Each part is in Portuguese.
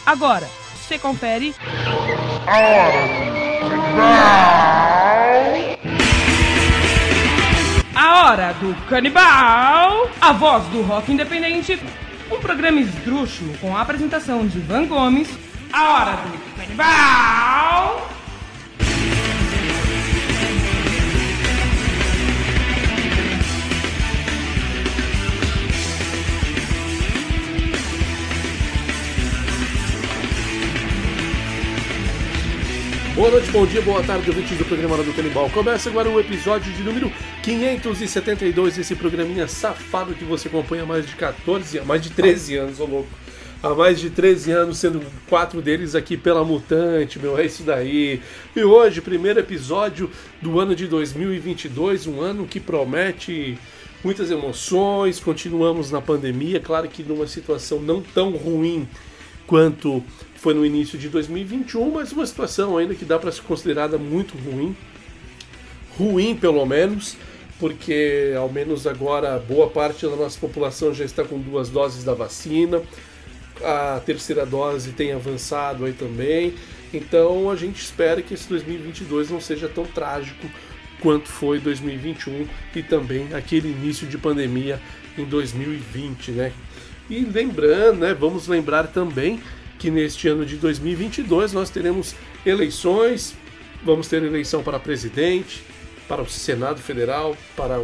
Agora, você confere... A Hora do Canibal! A Hora do Canibal! A voz do rock independente. Um programa esdrúxulo com a apresentação de Ivan Gomes. A Hora do Canibal! Boa noite, bom dia, boa tarde, ouvintes do programa Hora do Canibal. Começa agora o episódio de número 572 desse programinha safado que você acompanha há mais de 13 anos, ô louco. Há mais de 13 anos, sendo 4 deles aqui pela Mutante, meu, é isso daí. E hoje, primeiro episódio do ano de 2022, um ano que promete muitas emoções. Continuamos na pandemia, claro que numa situação não tão ruim quanto foi no início de 2021, mas uma situação ainda que dá para ser considerada muito ruim. Ruim, pelo menos, porque ao menos agora boa parte da nossa população já está com 2 doses da vacina. A terceira dose tem avançado aí também. Então a gente espera que esse 2022 não seja tão trágico quanto foi 2021 e também aquele início de pandemia em 2020, né? E lembrando, né, vamos lembrar também que neste ano de 2022 nós teremos eleições, vamos ter eleição para presidente, para o Senado Federal, para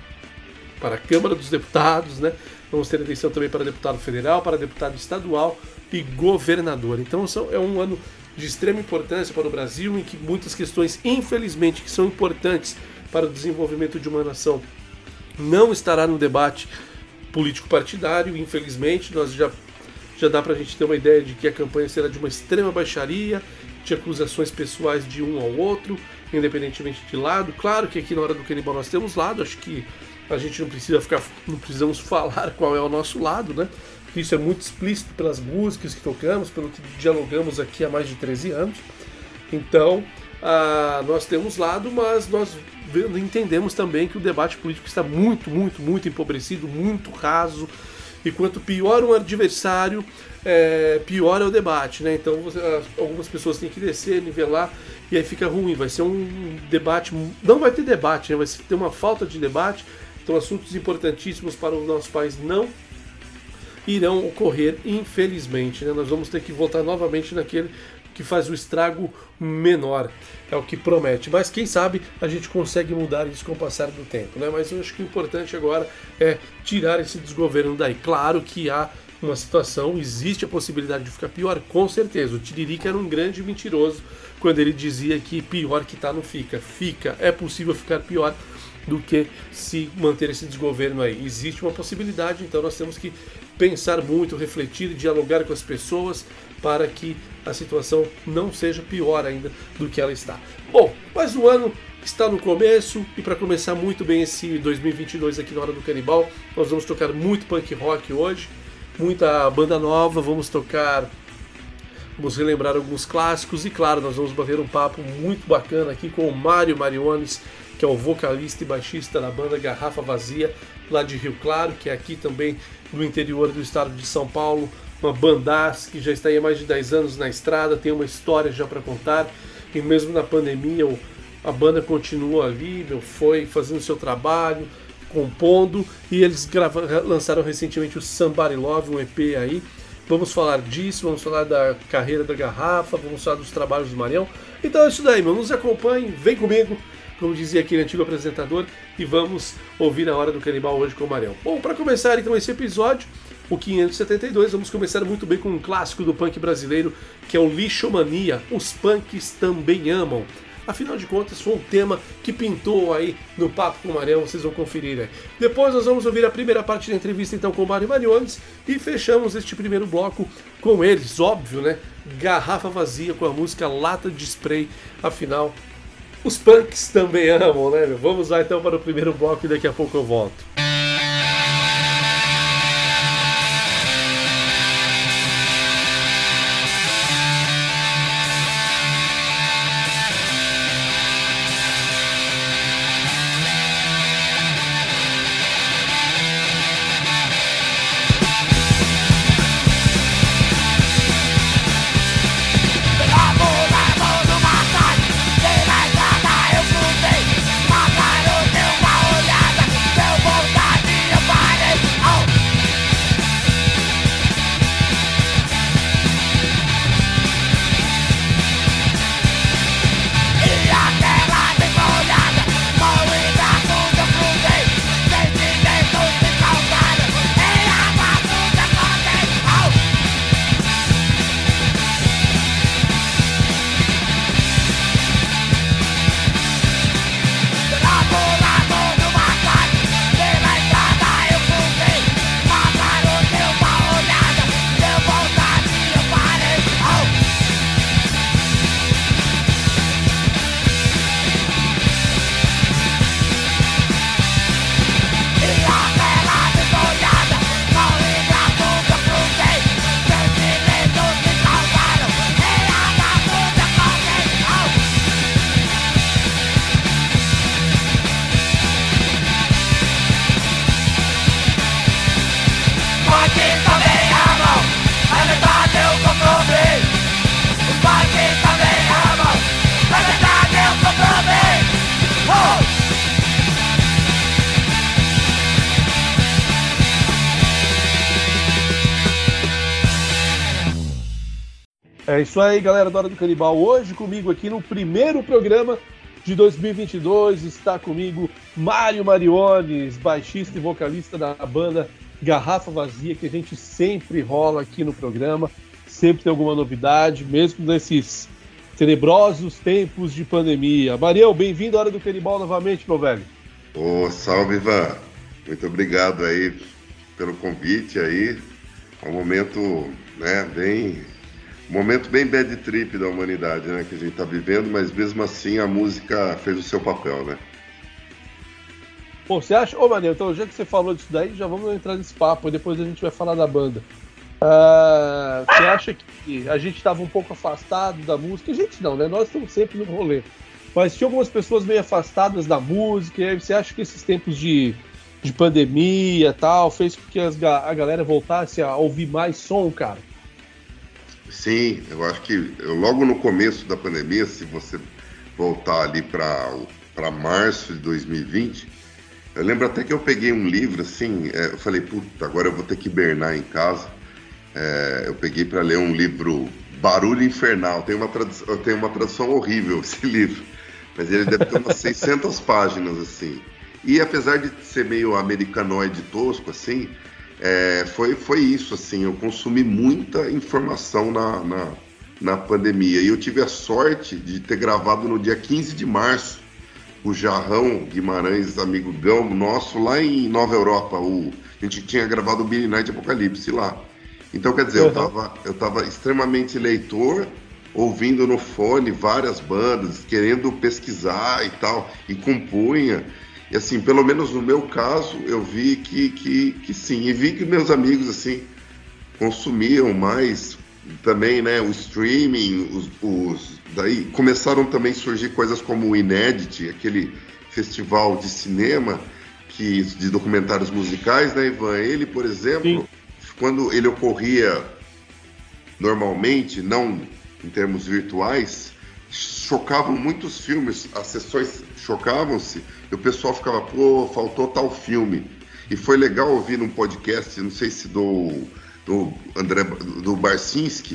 a Câmara dos Deputados, né? Vamos ter eleição também para deputado federal, para deputado estadual e governador. Então é um ano de extrema importância para o Brasil, em que muitas questões, infelizmente, que são importantes para o desenvolvimento de uma nação, não estará no debate político-partidário. Infelizmente, nós já dá pra gente ter uma ideia de que a campanha será de uma extrema baixaria, de acusações pessoais de um ao outro, independentemente de lado. Claro que aqui na Hora do Canibal nós temos lado, acho que a gente não precisamos falar qual é o nosso lado, né? Isso é muito explícito pelas músicas que tocamos, pelo que dialogamos aqui há mais de 13 anos. Então, nós temos lado, mas nós entendemos também que o debate político está muito, muito, muito empobrecido, muito raso. E quanto pior um adversário, pior é o debate, né? Então algumas pessoas têm que descer, nivelar, e aí fica ruim. Vai ser um debate, não vai ter debate, né? Vai ter uma falta de debate. Então assuntos importantíssimos para o nosso país não irão ocorrer, infelizmente, né? Nós vamos ter que voltar novamente naquele que faz o estrago menor, é o que promete. Mas quem sabe a gente consegue mudar isso com o passar do tempo, né? Mas eu acho que o importante agora é tirar esse desgoverno daí. Claro que há uma situação, existe a possibilidade de ficar pior, com certeza. O Tiririca era um grande mentiroso quando ele dizia que pior que tá não fica. Fica, é possível ficar pior do que se manter esse desgoverno aí. Existe uma possibilidade, então nós temos que pensar muito, refletir e dialogar com as pessoas para que a situação não seja pior ainda do que ela está. Bom, mas o ano está no começo, e para começar muito bem esse 2022 aqui na Hora do Canibal, nós vamos tocar muito punk rock hoje, muita banda nova, vamos relembrar alguns clássicos e, claro, nós vamos bater um papo muito bacana aqui com o Mário Mariones, que é o vocalista e baixista da banda Garrafa Vazia, lá de Rio Claro, que é aqui também do interior do estado de São Paulo, uma bandaça que já está aí há mais de 10 anos na estrada, tem uma história já para contar, e mesmo na pandemia a banda continuou ali, foi fazendo seu trabalho, compondo, e eles lançaram recentemente o Somebody Love, um EP aí. Vamos falar disso, vamos falar da carreira da Garrafa, vamos falar dos trabalhos do Marião. Então é isso daí, meu, nos acompanhe, vem comigo, como dizia aquele antigo apresentador, e vamos ouvir a Hora do Canibal hoje com o Marião. Bom, para começar então esse episódio, o 572, vamos começar muito bem com um clássico do punk brasileiro, que é o Lixomania, Os Punks Também Amam. Afinal de contas, foi um tema que pintou aí no Papo com o Marião, vocês vão conferir aí. Depois nós vamos ouvir a primeira parte da entrevista então com o Mário Mariones, e fechamos este primeiro bloco com eles, óbvio, né? Garrafa Vazia com a música Lata de Spray. Afinal, os punks também amam, né? Vamos lá então para o primeiro bloco e daqui a pouco eu volto. É isso aí, galera da Hora do Canibal. Hoje comigo aqui no primeiro programa de 2022 está comigo Mário Mariones, baixista e vocalista da banda Garrafa Vazia, que a gente sempre rola aqui no programa, sempre tem alguma novidade, mesmo nesses tenebrosos tempos de pandemia. Marião, bem-vindo à Hora do Canibal novamente, meu velho. Salve, Ivan. Muito obrigado aí pelo convite aí. É um momento, né, um momento bem bad trip da humanidade, né, que a gente tá vivendo, mas mesmo assim a música fez o seu papel, né? Pô, você acha... Ô, Marião, então já que você falou disso daí, já vamos entrar nesse papo, e depois a gente vai falar da banda. Você acha que a gente estava um pouco afastado da música? A gente não, né? Nós estamos sempre no rolê. Mas tinha algumas pessoas meio afastadas da música, e aí você acha que esses tempos de pandemia e tal fez com que a galera voltasse a ouvir mais som, cara? Sim, eu acho que logo no começo da pandemia, se você voltar ali para março de 2020, eu lembro até que eu peguei um livro, assim, eu falei, puta, agora eu vou ter que hibernar em casa. Eu peguei para ler um livro, Barulho Infernal, tem uma tradução horrível esse livro, mas ele deve ter umas 600 páginas, assim. E apesar de ser meio americanoide tosco, assim, foi isso, assim, eu consumi muita informação na pandemia. E eu tive a sorte de ter gravado no dia 15 de março, o Jarrão Guimarães, amigo nosso, lá em Nova Europa. A gente tinha gravado o Billy Night Apocalipse lá. Então, quer dizer, eu tava extremamente leitor, ouvindo no fone várias bandas, querendo pesquisar e tal, e compunha. E assim, pelo menos no meu caso, eu vi que sim, e vi que meus amigos, assim, consumiam mais também, né, o streaming, daí começaram também a surgir coisas como o Inédit, aquele festival de cinema de documentários musicais, né, Ivan? Ele, por exemplo, sim, quando ele ocorria normalmente, não em termos virtuais, chocavam muitos filmes, as sessões chocavam-se, e o pessoal ficava, pô, faltou tal filme. E foi legal ouvir num podcast, não sei se do Barcinski,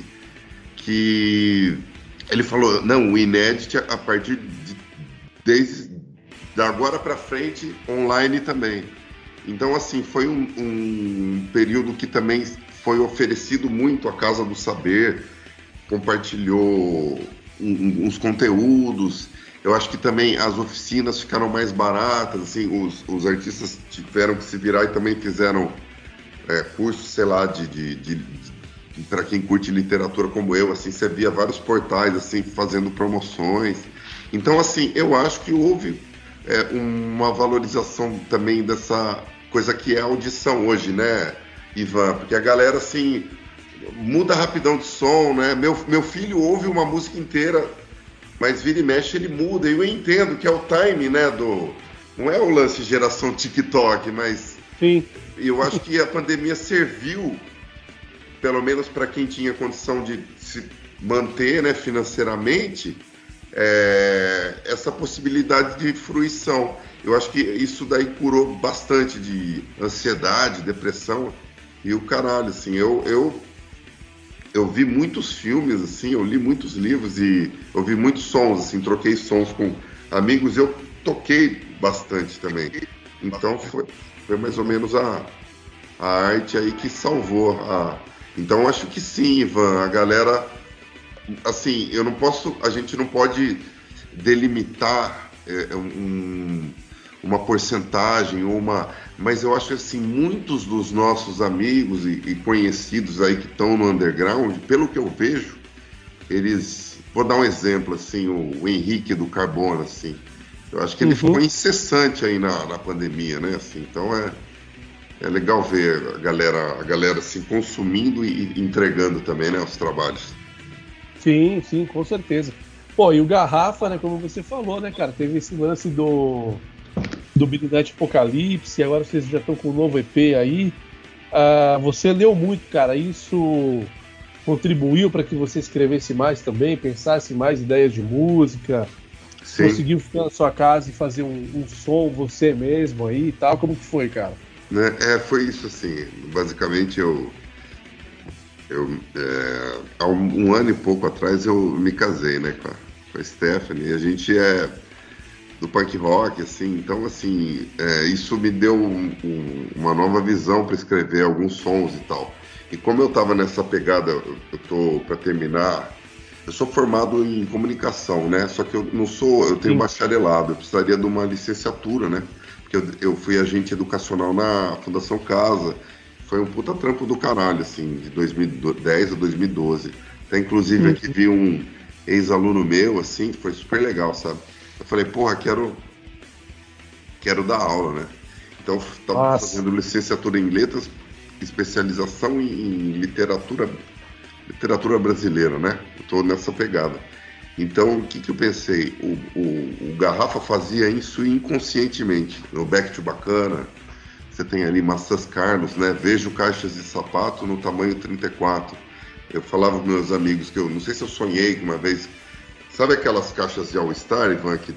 que ele falou, não, o Inédit a partir desde agora para frente, online também. Então, assim, foi um período que também foi oferecido muito à Casa do Saber, compartilhou uns conteúdos. Eu acho que também as oficinas ficaram mais baratas, assim, os artistas tiveram que se virar e também fizeram cursos, sei lá, para quem curte literatura como eu, assim, você via vários portais, assim, fazendo promoções. Então, assim, eu acho que houve uma valorização também dessa coisa que é a audição hoje, né, Ivan? Porque a galera, assim, muda rapidão de som, né? Meu filho ouve uma música inteira, mas vira e mexe ele muda, e eu entendo que é o time, né, não é o lance geração TikTok, mas sim, eu acho que a pandemia serviu, pelo menos para quem tinha condição de se manter, né, financeiramente, essa possibilidade de fruição. Eu acho que isso daí curou bastante de ansiedade, depressão e o caralho, assim, eu vi muitos filmes, assim, eu li muitos livros e ouvi muitos sons, assim, troquei sons com amigos, eu toquei bastante também. Então foi mais ou menos a arte aí que salvou. Então acho que sim, Ivan, a galera, assim, a gente não pode delimitar uma porcentagem, mas eu acho que assim, muitos dos nossos amigos e conhecidos aí que estão no underground, pelo que eu vejo, vou dar um exemplo, assim, o Henrique do Carbono, assim, eu acho que ele ficou incessante aí na pandemia, né, assim, então é legal ver a galera assim, consumindo e entregando também, né, os trabalhos. Sim, com certeza. Pô, e o Garrafa, né, como você falou, né, cara, teve esse lance do Billy Night Apocalipse, agora vocês já estão com um novo EP aí. Você leu muito, cara, isso contribuiu para que você escrevesse mais também, pensasse em mais ideias de música? Sim. Conseguiu ficar na sua casa e fazer um som você mesmo aí e tal? Como que foi, cara? Foi isso, assim, basicamente Há um ano e pouco atrás eu me casei, né, com a Stephanie, e a gente é do punk rock, assim, então, assim, isso me deu uma nova visão para escrever alguns sons e tal. E como eu estava nessa pegada, eu tô para terminar, eu sou formado em comunicação, né, só que eu tenho bacharelado, eu precisaria de uma licenciatura, né, porque eu fui agente educacional na Fundação Casa, foi um puta trampo do caralho, assim, de 2010 a 2012. Até, inclusive, aqui vi um ex-aluno meu, assim, foi super legal, sabe? Eu falei, porra, quero dar aula, né? Então, estava fazendo licenciatura em letras, especialização em literatura brasileira, né? Eu tô nessa pegada. Então, o que eu pensei? O Garrafa fazia isso inconscientemente. No Back to Bacana, você tem ali Maçãs Carlos, né? Vejo caixas de sapato no tamanho 34. Eu falava com meus amigos que eu não sei se eu sonhei que uma vez. Sabe aquelas caixas de All-Star, Ivan, que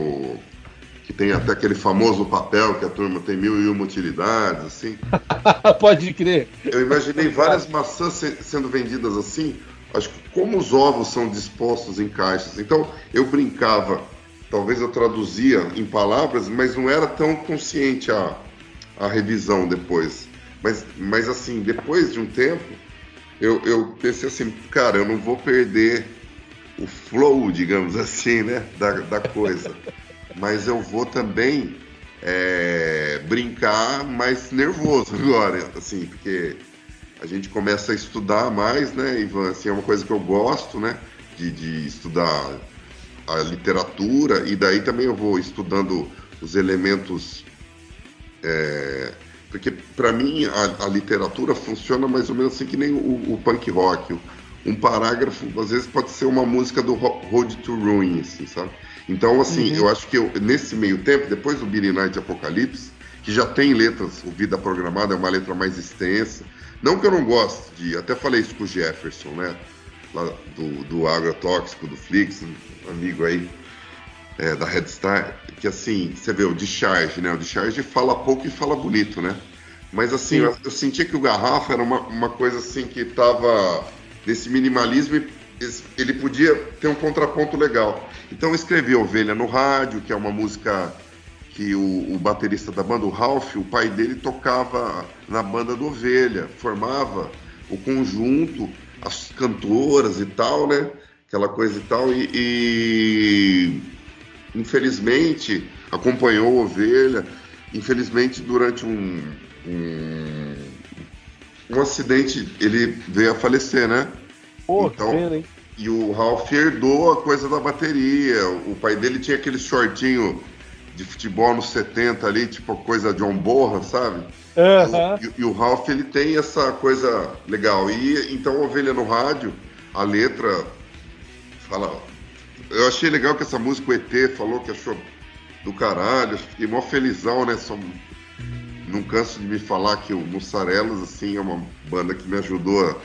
tem até aquele famoso papel que a turma tem 1001 utilidades, assim? Pode crer. Eu imaginei várias maçãs sendo vendidas assim. Acho que como os ovos são dispostos em caixas. Então, eu brincava, talvez eu traduzia em palavras, mas não era tão consciente a revisão depois. Mas assim, depois de um tempo, eu pensei assim, cara, eu não vou perder o flow, digamos assim, né, da coisa. Mas eu vou também brincar mais nervoso agora, assim, porque a gente começa a estudar mais, né, Ivan? Assim, é uma coisa que eu gosto, né, de estudar a literatura, e daí também eu vou estudando os elementos, porque para mim a literatura funciona mais ou menos assim que nem o punk rock. Um parágrafo, às vezes, pode ser uma música do Road to Ruin, assim, sabe? Então, assim, eu acho que nesse meio tempo, depois do Billy Knight Apocalipse, que já tem letras, o Vida Programada é uma letra mais extensa. Não que eu não goste até falei isso com o Jefferson, né? Lá do Agrotóxico, do Flix, um amigo aí da Red Star, que assim, você vê o Discharge, né? O Discharge fala pouco e fala bonito, né? Mas assim, eu sentia que o Garrafa era uma coisa assim que tava nesse minimalismo e ele podia ter um contraponto legal. Então eu escrevi Ovelha no Rádio, que é uma música que o baterista da banda, o Ralph, o pai dele tocava na banda do Ovelha, formava o conjunto, as cantoras e tal, né? Aquela coisa e tal, e infelizmente acompanhou o Ovelha, infelizmente durante um acidente ele veio a falecer, né? Então, pena, hein? E o Ralph herdou a coisa da bateria. O pai dele tinha aquele shortinho de futebol nos 70 ali, tipo coisa John Bonham, sabe? E o Ralph, ele tem essa coisa legal. E então, Ovelha no Rádio, a letra fala... Eu achei legal que essa música o ET falou que achou do caralho. Eu fiquei mó felizão, né? Não canso de me falar que o Mussarelas, assim, é uma banda que me ajudou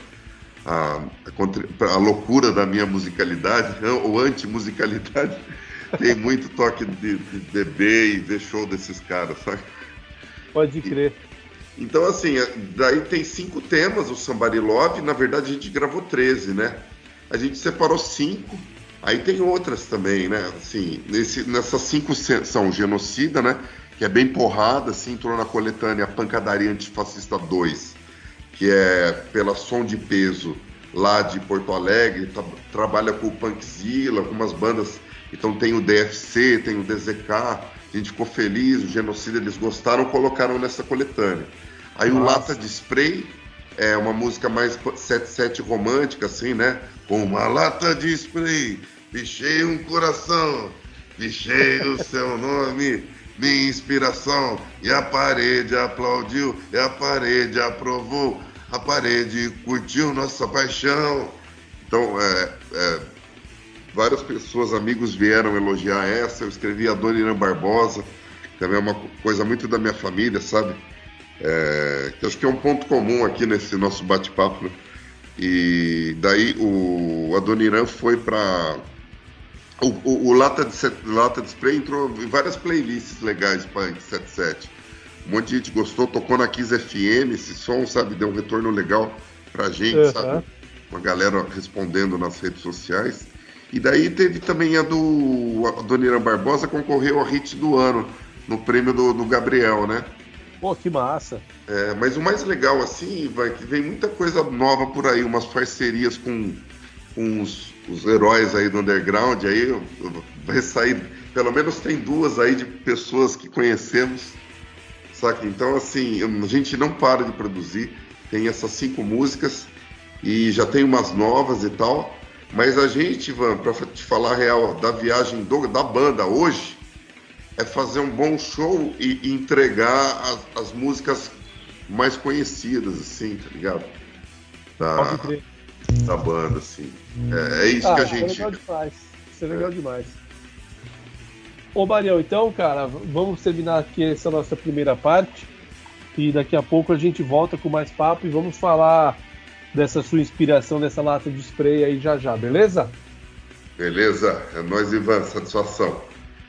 a loucura da minha musicalidade, ou anti-musicalidade. Tem muito toque de beber e ver show desses caras, sabe? Pode crer. Então, assim, daí tem 5 temas, o Somebody Love, na verdade a gente gravou 13, né? A gente separou 5, aí tem outras também, né? Assim, nessas 5 são Genocida, né? Que é bem porrada, assim, entrou na coletânea Pancadaria Antifascista 2, que é pela Som de Peso, lá de Porto Alegre, trabalha com o Punkzilla, com umas bandas, então tem o DFC, tem o DZK, a gente ficou feliz, o Genocida eles gostaram, colocaram nessa coletânea. Aí o Lata de Spray é uma música mais 7/7 romântica, assim, né? Com uma lata de spray, pichei um coração, pichei o seu nome, minha inspiração, e a parede aplaudiu, e a parede aprovou, a parede curtiu nossa paixão. Então, várias pessoas, amigos, vieram elogiar essa. Eu escrevi a Dona Irã Barbosa, que também é uma coisa muito da minha família, sabe? Que acho que é um ponto comum aqui nesse nosso bate-papo, né? E daí a Dona Irã foi para... O Lata de Spray entrou em várias playlists legais para 77. Um monte de gente gostou, tocou na Kiss FM, esse som, sabe, deu um retorno legal pra gente, sabe? Uma galera respondendo nas redes sociais. E daí teve também a do Adoniran Barbosa, concorreu ao hit do ano, no prêmio do Gabriel, né? Pô, que massa. Mas o mais legal, assim, Ivan, é que vem muita coisa nova por aí, umas parcerias com os heróis aí do underground, aí vai sair, pelo menos tem 2 aí de pessoas que conhecemos, saca? Então, assim, a gente não para de produzir, tem essas 5 músicas e já tem umas novas e tal, mas a gente, Ivan, pra te falar a real, da viagem da banda hoje, é fazer um bom show e entregar as músicas mais conhecidas, assim, tá ligado? Da banda, assim. É isso que a gente... Isso é legal demais. Isso é legal demais. Ô, Marião, então, cara, vamos terminar aqui essa nossa primeira parte e daqui a pouco a gente volta com mais papo e vamos falar dessa sua inspiração, dessa lata de spray aí já, beleza? Beleza. É nóis, Ivan. Satisfação.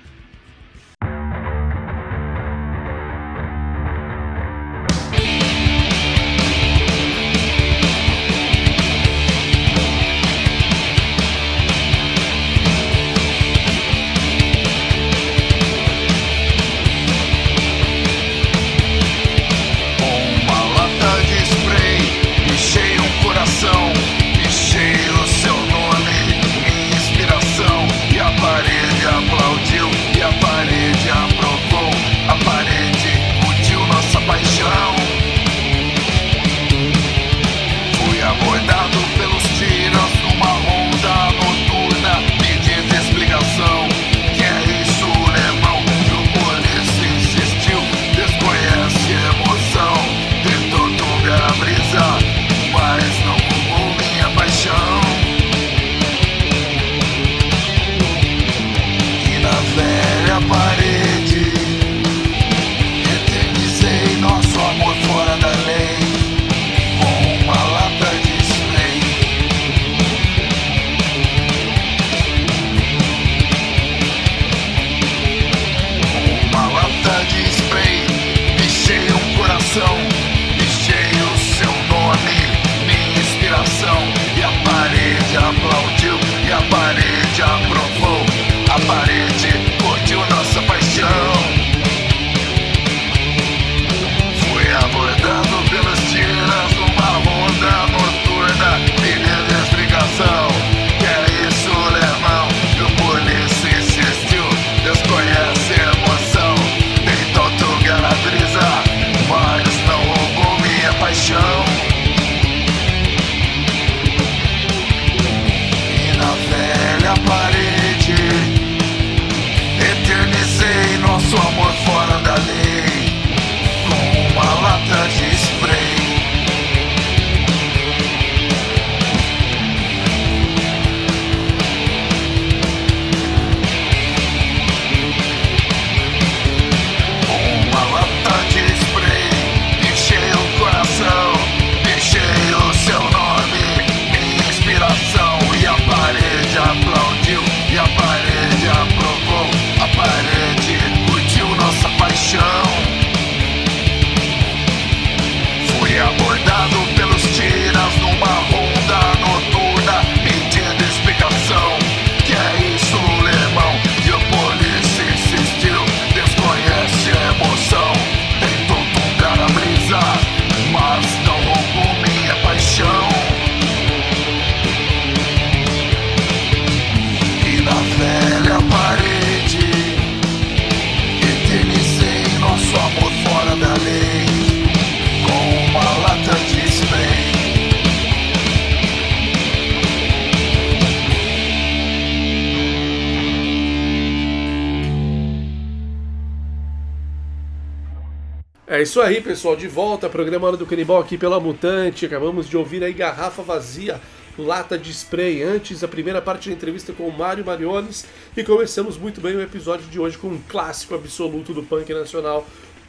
É isso aí, pessoal, de volta, programa Hora do Canibal aqui pela Mutante. Acabamos de ouvir aí Garrafa Vazia, Lata de Spray. Antes, a primeira parte da entrevista com o Mário Mariones. E começamos muito bem o episódio de hoje com um clássico absoluto do punk nacional,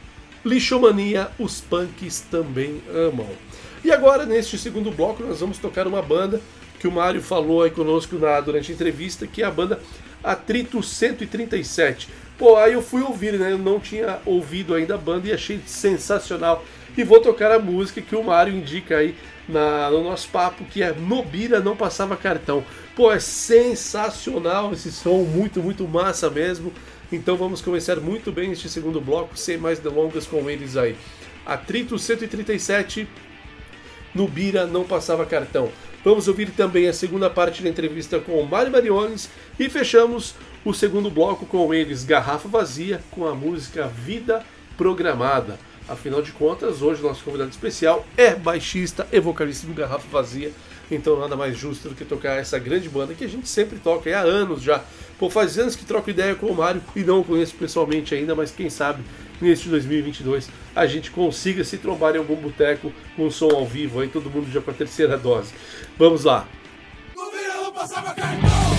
Lixomania, Os Punks Também Amam. E agora, neste segundo bloco, nós vamos tocar uma banda que o Mário falou aí conosco durante a entrevista, que é a banda Atrito 137. Pô, aí eu fui ouvir, né? Eu não tinha ouvido ainda a banda e achei sensacional. e vou tocar a música que o Mário indica aí no nosso papo, que é Nobira Não Passava Cartão. Pô, é sensacional esse som, muito, muito massa mesmo. Então vamos começar muito bem este segundo bloco, sem mais delongas com eles aí. Atrito 137, Nobira Não Passava Cartão. Vamos ouvir também a segunda parte da entrevista com o Mário Mariones e fechamos o segundo bloco com eles, Garrafa Vazia, com a música Vida Programada. Afinal de contas, hoje o nosso convidado especial é baixista e vocalista do Garrafa Vazia, então nada mais justo do que tocar essa grande banda que a gente sempre toca há anos já. Pô, faz anos que troco ideia com o Mário e não o conheço pessoalmente ainda, mas quem sabe neste 2022 a gente consiga se trombar em algum boteco com som ao vivo, aí todo mundo já com a terceira dose. Vamos lá! Não passava cartão!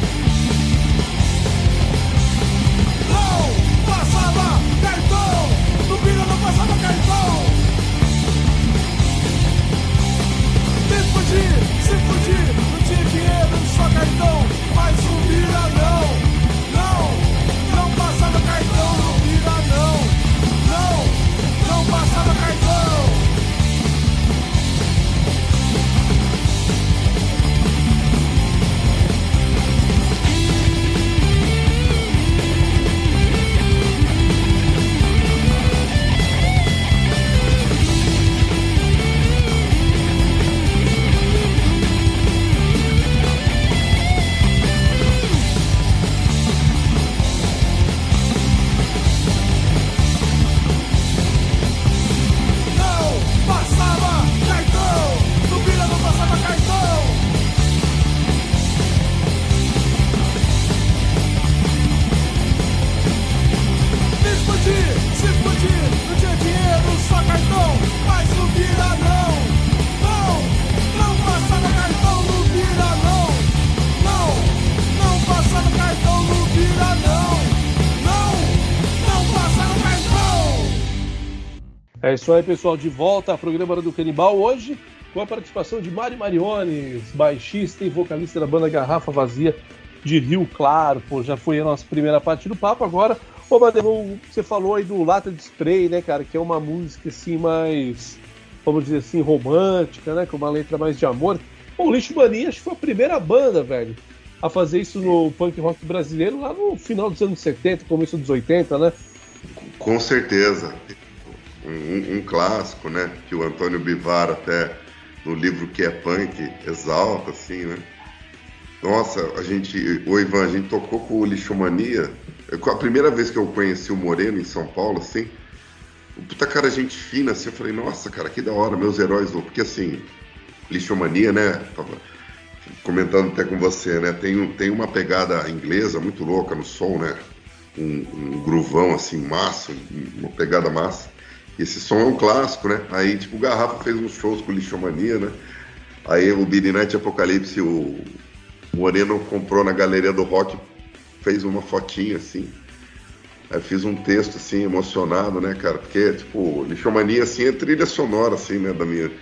Não passava cartão! Nobira não passava cartão! Se fudir, não tinha dinheiro, só cartão, mas Nobira não passava cartão, Nobira não passava cartão. É isso aí, pessoal, de volta ao programa do Canibal, hoje com a participação de Mário Mariones, baixista e vocalista da banda Garrafa Vazia de Rio Claro. Pô, já foi a nossa primeira parte do papo. Agora, ô Madeirão, você falou aí do Lata de Spray, né, cara, que é uma música assim mais, vamos dizer assim, romântica, né, com uma letra mais de amor. Pô, o Lixo Mania acho que foi a primeira banda, velho, a fazer isso no punk rock brasileiro lá no final dos anos 70, começo dos 80, né? Com certeza. Um clássico, né? Que o Antônio Bivar até no livro Que é Punk exalta, assim, né? Nossa, o Ivan, a gente tocou com o Lixomania. A primeira vez que eu conheci o Moreno em São Paulo, assim, o puta cara, gente fina, assim, eu falei, nossa, cara, que da hora, meus heróis, porque assim, Lixomania, né? Tava comentando até com você, né? Tem uma pegada inglesa muito louca no som, né? Um groovão, assim, massa, uma pegada massa. Esse som é um clássico, né? Aí, tipo, o Garrafa fez uns shows com o Lixomania, né? Aí o Billy Night Apocalipse, o Moreno comprou na Galeria do Rock, fez uma fotinha, assim. Aí fiz um texto, assim, emocionado, né, cara? Porque, tipo, Lixomania, assim, é trilha sonora, assim, né?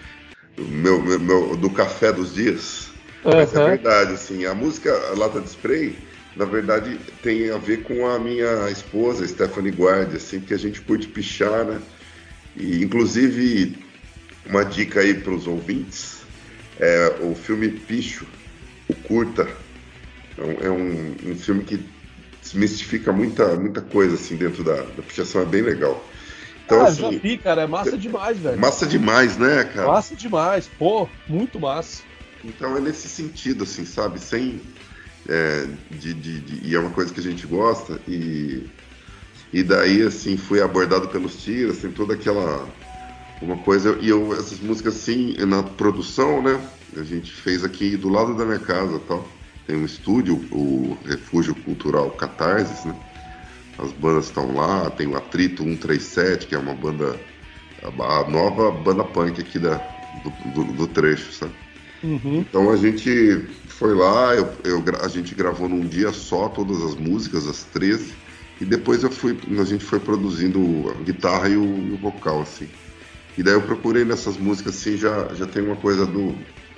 Do Café dos Dias. Uhum. Mas é verdade, assim, a música Lata de Spray, na verdade, tem a ver com a minha esposa, Stephanie Guardi, assim, porque a gente curte pichar, né? E, inclusive, uma dica aí para os ouvintes, o filme Picho, o curta, é um filme que desmistifica muita coisa, assim, dentro da pichação, é bem legal. Então, assim, já vi, cara, é massa demais, velho. Massa demais, né, cara? Massa demais, pô, muito massa. Então é nesse sentido, assim, sabe, sem... e é uma coisa que a gente gosta, e daí, assim, fui abordado pelos tiras, tem toda aquela... uma coisa... E essas músicas, assim, na produção, né? A gente fez aqui do lado da minha casa e tal. Tem um estúdio, o Refúgio Cultural Catarsis, né? As bandas estão lá, tem o Atrito 137, que é uma banda... a nova banda punk aqui do trecho, sabe? Uhum. Então a gente foi lá, a gente gravou num dia só todas as músicas, as 13, e depois a gente foi produzindo a guitarra e o vocal, assim. E daí eu procurei nessas músicas, assim, já tem uma coisa do...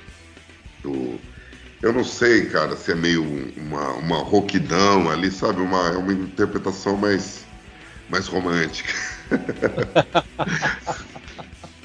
Eu não sei, cara, se é meio uma roquidão ali, sabe? É uma interpretação mais romântica.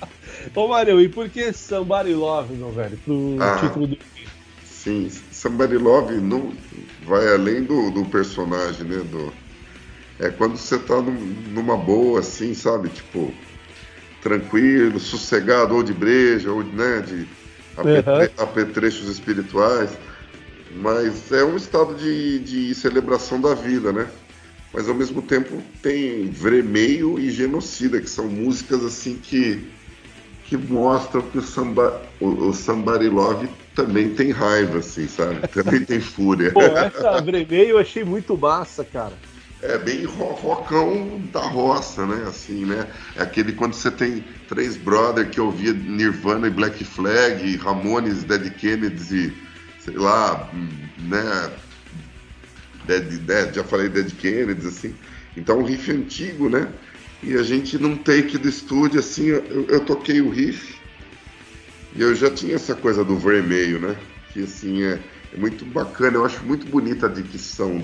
Ô, Mário, e por que Somebody Love, meu velho? Pro título do... Sim, Somebody Love não vai além do personagem, né? É quando você tá numa boa, assim, sabe? Tipo, tranquilo, sossegado, ou de breja, ou, né, de apetrechos espirituais. Mas é um estado de celebração da vida, né? Mas ao mesmo tempo tem Vremeio e Genocida, que são músicas assim que mostram que o Somebody Love também tem raiva, assim, sabe? Também tem fúria. Pô, essa Vremeio eu achei muito massa, cara. É bem rockão da roça, né? Assim, né? É aquele quando você tem três brothers que ouvia Nirvana e Black Flag, e Ramones, Dead Kennedys e, sei lá, né? Já falei Dead Kennedys, assim. Então, um riff antigo, né? E a gente num take do estúdio, assim, eu toquei o riff e eu já tinha essa coisa do Vremeio, né? Que, assim, é muito bacana. Eu acho muito bonita a dicção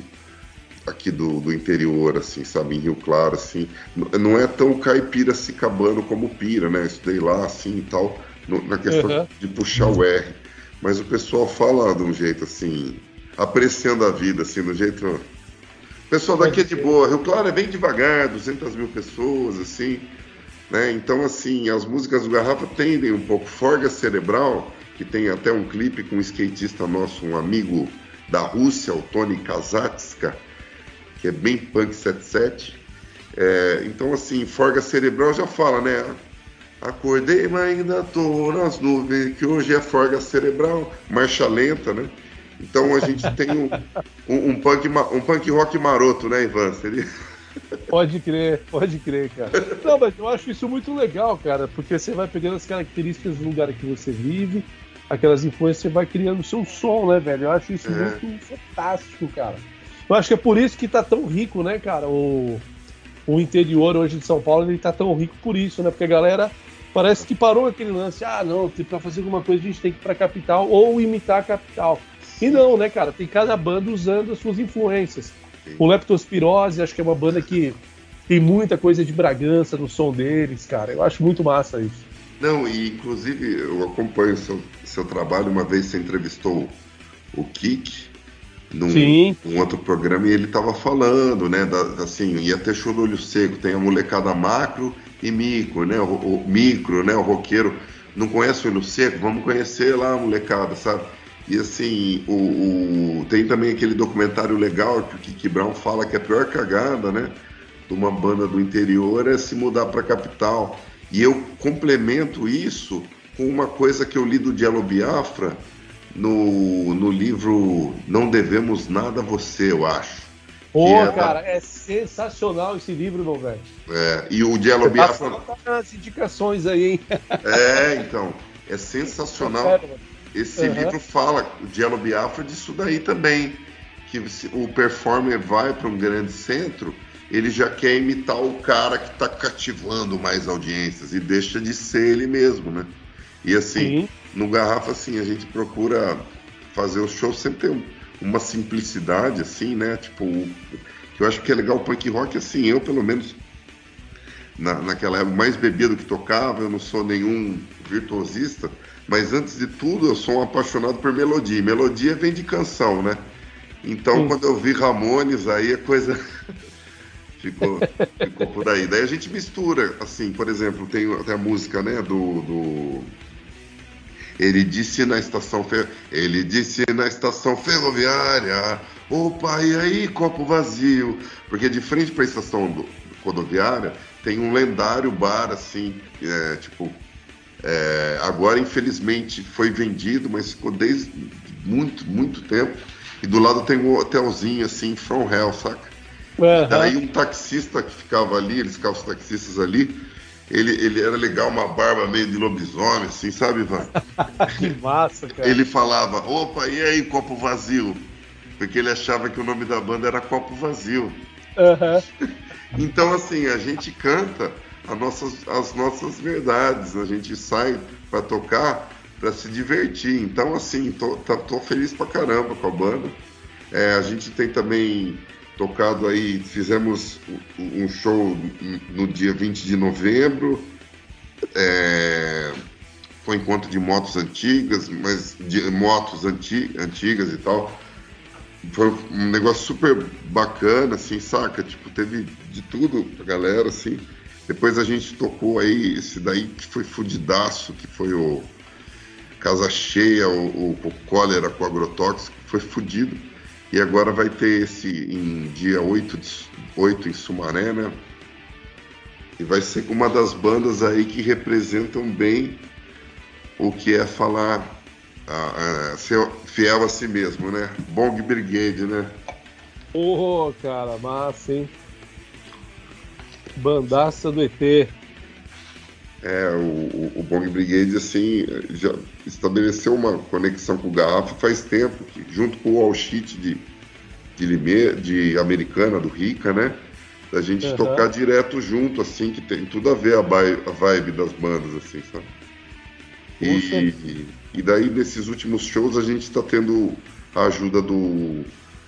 aqui do interior, assim, sabe? Em Rio Claro, assim. Não é tão caipiracicabano como Pira, né? Eu estudei lá, assim, e tal, na questão de puxar o R. Mas o pessoal fala de um jeito, assim, apreciando a vida, assim, do jeito... O pessoal daqui é de boa. Rio Claro é bem devagar, 200 mil pessoas, assim, né? Então, assim, as músicas do Garrafa tendem um pouco. Forga Cerebral, que tem até um clipe com um skatista nosso, um amigo da Rússia, o Tony Kazatska, que é bem punk 77. Então, assim, Forga Cerebral já fala, né? Acordei, mas ainda tô nas nuvens, que hoje é Forga Cerebral, marcha lenta, né? Então a gente tem um punk rock maroto, né, Ivan? Seria... Pode crer, cara. Não, mas eu acho isso muito legal, cara, porque você vai pegando as características do lugar que você vive, aquelas influências, você vai criando o seu som, né, velho? Eu acho isso muito fantástico, cara. Eu acho que é por isso que tá tão rico, né, cara? O interior hoje de São Paulo, ele tá tão rico por isso, né? Porque a galera parece que parou aquele lance, não, pra fazer alguma coisa a gente tem que ir pra capital ou imitar a capital. E não, né, cara? Tem cada banda usando as suas influências. O Leptospirose, acho que é uma banda que tem muita coisa de Bragança no som deles, cara. Eu acho muito massa isso. Não, e inclusive eu acompanho o seu trabalho. Uma vez você entrevistou o Kik num outro programa e ele tava falando, né, assim, ia ter show do Olho Seco, tem a molecada macro e micro, né, o micro, né, o roqueiro. Não conhece o Olho Seco? Vamos conhecer lá a molecada, sabe? E assim, tem também aquele documentário legal que o Kiki Brown fala que a pior cagada, né, de uma banda do interior é se mudar para a capital. E eu complemento isso com uma coisa que eu li do Jello Biafra no livro Não Devemos Nada a Você, eu acho. Cara, é sensacional esse livro, meu velho. E o Jello Biafra... Tá nas indicações aí, hein? Então, é sensacional. Esse livro fala, o Jello Biafra, disso daí também, que o performer vai para um grande centro, ele já quer imitar o cara que está cativando mais audiências e deixa de ser ele mesmo, né? E assim, no Garrafa, assim, a gente procura fazer o show sempre ter uma simplicidade, assim, né? Tipo, que eu acho que é legal o punk rock, assim, eu pelo menos naquela época mais bebia do que tocava, eu não sou nenhum virtuosista, mas antes de tudo eu sou um apaixonado por melodia. Melodia vem de canção, né? Então quando eu vi Ramones, aí a coisa ficou por aí. Daí a gente mistura, assim, por exemplo, tem a música, né, Ele disse na estação ferroviária, opa, e aí, copo vazio? Porque de frente para a estação rodoviária tem um lendário bar, assim, agora infelizmente foi vendido, mas ficou desde muito, muito tempo. E do lado tem um hotelzinho, assim, From Hell, saca? Daí um taxista que ficava ali, eles ficavam os taxistas ali, ele era legal, uma barba meio de lobisomem, assim, sabe, Ivan? Que massa, cara. Ele falava, opa, e aí, copo vazio? Porque ele achava que o nome da banda era Copo Vazio. Então, assim, a gente canta as nossas verdades, a gente sai para tocar, para se divertir. Então, assim, tô feliz pra caramba com a banda. A gente tem também tocado aí, fizemos um show no dia 20 de novembro, Foi encontro de motos antigas, mas de motos antigas e tal. Foi um negócio super bacana, assim, saca? Tipo, teve de tudo pra galera, assim. Depois a gente tocou aí esse daí que foi fudidaço, que foi o Casa Cheia, o Cólera com Agrotóxico, foi fudido. E agora vai ter esse em dia 8 em Sumaré, né? E vai ser uma das bandas aí que representam bem o que é falar, ser fiel a si mesmo, né? Bong Brigade, né? Cara, massa, hein? Bandaça do ET. O Bong Brigade, assim, já estabeleceu uma conexão com o Garrafa faz tempo, que, junto com o All Shit de Americana, do Rica, né? Da gente tocar direto junto, assim, que tem tudo a ver a vibe das bandas, assim, sabe? E daí, nesses últimos shows, a gente está tendo a ajuda do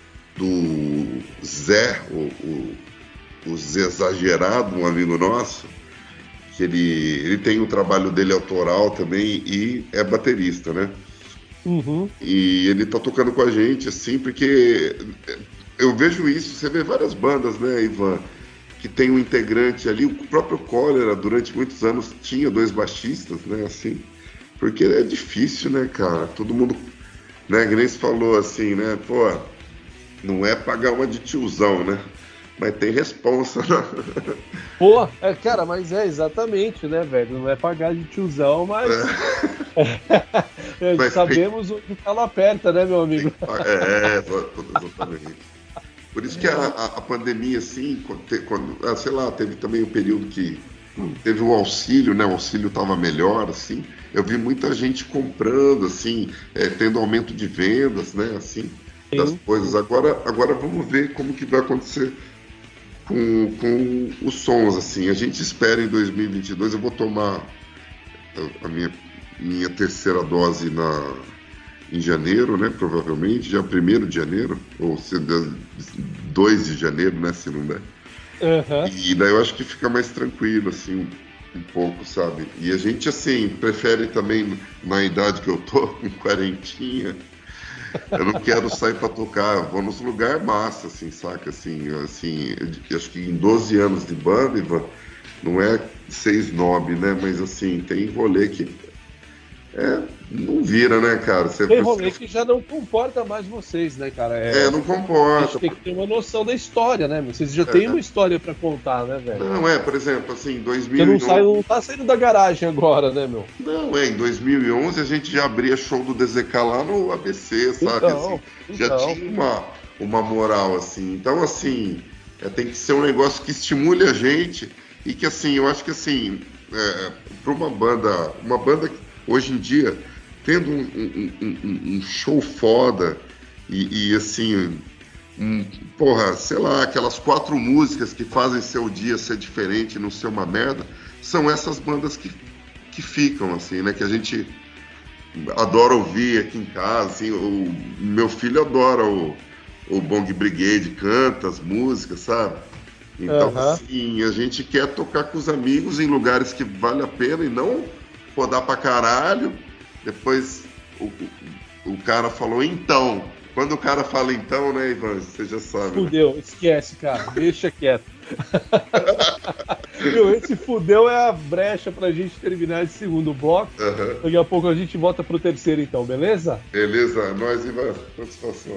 Zé, o Zé Exagerado, um amigo nosso, que ele tem o trabalho dele autoral também e é baterista, né? Uhum. E ele tá tocando com a gente, assim, porque eu vejo isso, você vê várias bandas, né, Ivan, que tem um integrante ali, o próprio Cólera, durante muitos anos, tinha 2 baixistas, né, assim, porque é difícil, né, cara, todo mundo, né, que nem se falou assim, né, pô, não é pagar uma de tiozão, né, mas tem responsa, né? Pô, cara, mas exatamente, né, velho? Não é pagar de tiozão, mas. Mas sabemos onde o calo aperta, né, meu amigo? Exatamente. Por isso que a pandemia, assim, sei lá, teve também um período que teve o auxílio, né? O auxílio estava melhor, assim. Eu vi muita gente comprando, assim, tendo aumento de vendas, né? Assim, das coisas. Agora vamos ver como que vai acontecer com os sons, assim. A gente espera em 2022, eu vou tomar a minha terceira dose em janeiro, né, provavelmente, já 1º de janeiro, ou 2 de janeiro, né, se não der. Uhum. E daí eu acho que fica mais tranquilo, assim, um pouco, sabe? E a gente, assim, prefere também, na idade que eu tô, com 40, eu não quero sair pra tocar, eu vou nos lugares massa, assim, saca? Assim, eu acho que em 12 anos de banda, Ivan, não é ser snob, né? Mas, assim, tem rolê que não vira, né, cara? Tem rolê que já não comporta mais vocês, né, cara? Não comporta. A gente tem que ter uma noção da história, né? Vocês já têm uma história pra contar, né, velho? Não, por exemplo, assim, em 2011... Você não tá saindo da garagem agora, né, meu? Não, em 2011 a gente já abria show do DZK lá no ABC, sabe? Já tinha uma moral, assim. Então, assim, tem que ser um negócio que estimule a gente e que, assim, eu acho que, assim, pra uma banda hoje em dia, tendo um show foda e assim, porra, sei lá, aquelas 4 músicas que fazem seu dia ser diferente, não ser uma merda, são essas bandas que ficam, assim, né, que a gente adora ouvir aqui em casa, assim, o meu filho adora o Bong Brigade, canta as músicas, sabe? Então, assim, a gente quer tocar com os amigos em lugares que vale a pena e não rodar pra caralho. Depois o cara falou então. Quando o cara fala então, né, Ivan? Você já sabe. Fudeu, né? Esquece, cara. Deixa quieto. Esse fudeu é a brecha pra gente terminar esse segundo bloco. Daqui a pouco a gente volta pro terceiro, então, beleza? Beleza. Nós, Ivan. Satisfação.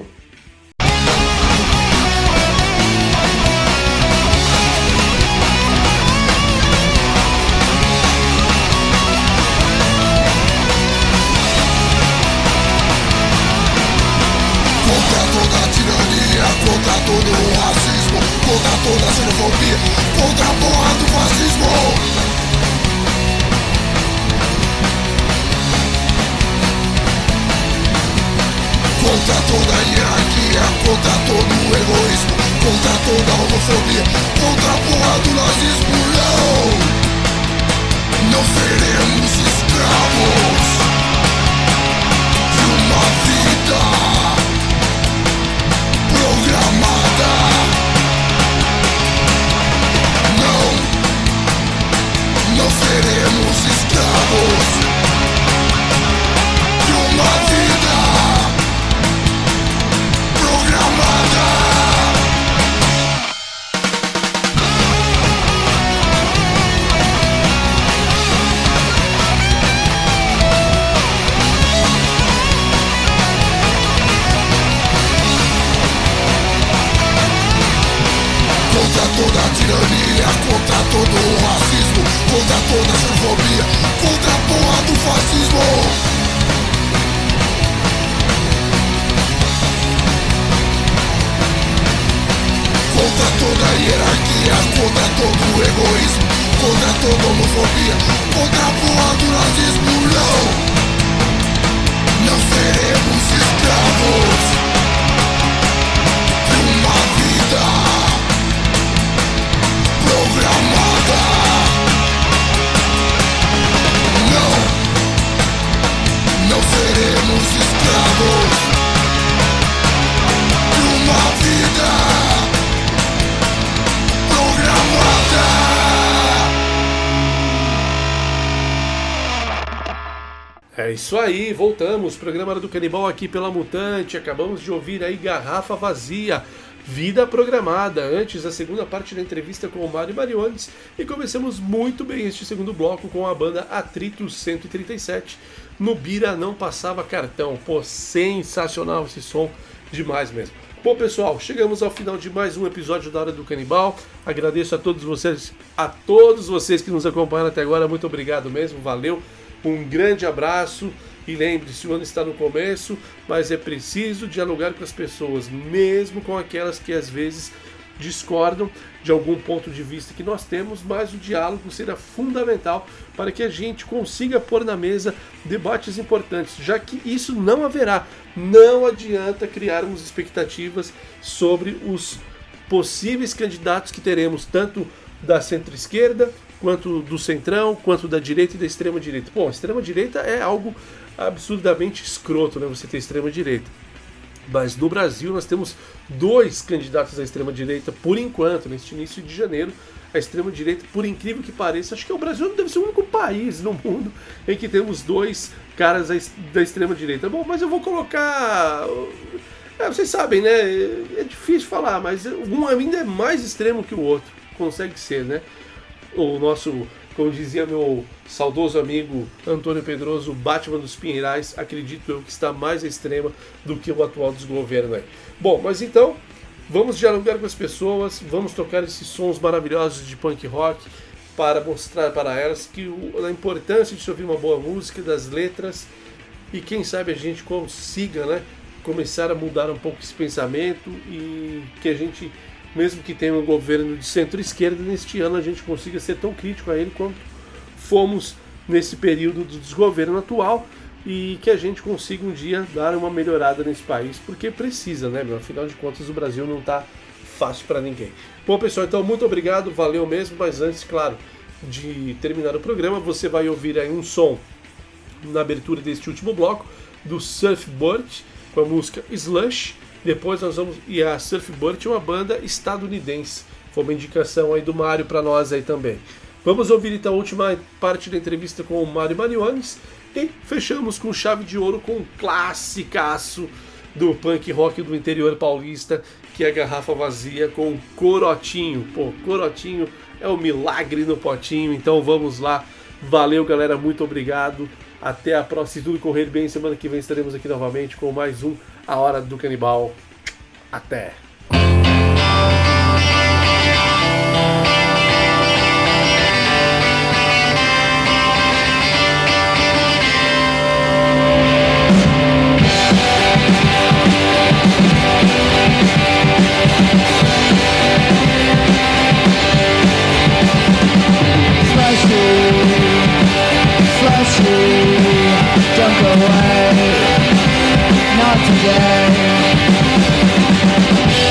Contra todo o racismo, contra toda a xenofobia, contra a porra do fascismo. Contra toda a hierarquia, contra todo o egoísmo, contra toda a homofobia, contra a porra do nazismo. Não seremos escravos de uma vida programada. Não seremos contra toda a tirania, contra todo o racismo, contra toda a xenofobia, contra a porra do fascismo. Contra toda a hierarquia, contra todo o egoísmo, contra toda a homofobia, contra a porra do nazismo. Não seremos escravos de uma vida programada. Não seremos escravos de uma vida programada. É isso aí, voltamos. Programa Hora do Canibal aqui pela Mutante. Acabamos de ouvir aí Garrafa Vazia, Vida Programada. Antes, a segunda parte da entrevista com o Mário Mariones. E começamos muito bem este segundo bloco com a banda Atrito 137. No Bira Não Passava Cartão. Pô, sensacional esse som, demais mesmo. Bom, pessoal, chegamos ao final de mais um episódio da Hora do Canibal. Agradeço a todos vocês que nos acompanharam até agora. Muito obrigado mesmo, valeu. Um grande abraço e lembre-se, o ano está no começo, mas é preciso dialogar com as pessoas, mesmo com aquelas que às vezes discordam de algum ponto de vista que nós temos, mas o diálogo será fundamental para que a gente consiga pôr na mesa debates importantes, já que isso não haverá. Não adianta criarmos expectativas sobre os possíveis candidatos que teremos, tanto da centro-esquerda, quanto do centrão, quanto da direita e da extrema-direita. Bom, a extrema-direita é algo absurdamente escroto, né? Você ter extrema-direita. Mas no Brasil nós temos 2 candidatos à extrema-direita, por enquanto, neste início de janeiro. A extrema-direita, por incrível que pareça, acho que o Brasil deve ser o único país no mundo em que temos 2 caras da extrema-direita. Bom, mas eu vou colocar... vocês sabem, né? É difícil falar, mas um ainda é mais extremo que o outro. Consegue ser, né? O nosso, como dizia meu saudoso amigo Antônio Pedroso, o Batman dos Pinheirais, acredito eu que está mais extrema do que o atual desgoverno aí. Bom, mas então, vamos dialogar com as pessoas, vamos tocar esses sons maravilhosos de punk rock para mostrar para elas que a importância de se ouvir uma boa música, das letras, e quem sabe a gente consiga, né, começar a mudar um pouco esse pensamento e que a gente... mesmo que tenha um governo de centro-esquerda, neste ano a gente consiga ser tão crítico a ele quanto fomos nesse período do desgoverno atual e que a gente consiga um dia dar uma melhorada nesse país, porque precisa, né, meu? Afinal de contas, o Brasil não está fácil para ninguém. Bom, pessoal, então muito obrigado, valeu mesmo, mas antes, claro, de terminar o programa, você vai ouvir aí um som na abertura deste último bloco do Surfboard com a música Slush. Depois nós vamos... E a Surfboard é uma banda estadunidense. Foi uma indicação aí do Mário para nós aí também. Vamos ouvir então a última parte da entrevista com o Mário Mariones. E fechamos com chave de ouro com um classicaço do punk rock do interior paulista, que é a Garrafa Vazia com Corotinho. Pô, Corotinho é um milagre no potinho. Então vamos lá. Valeu, galera. Muito obrigado. Até a próxima. Se tudo correr bem, semana que vem estaremos aqui novamente com mais um A Hora do Canibal. Até! Don't go away, not today.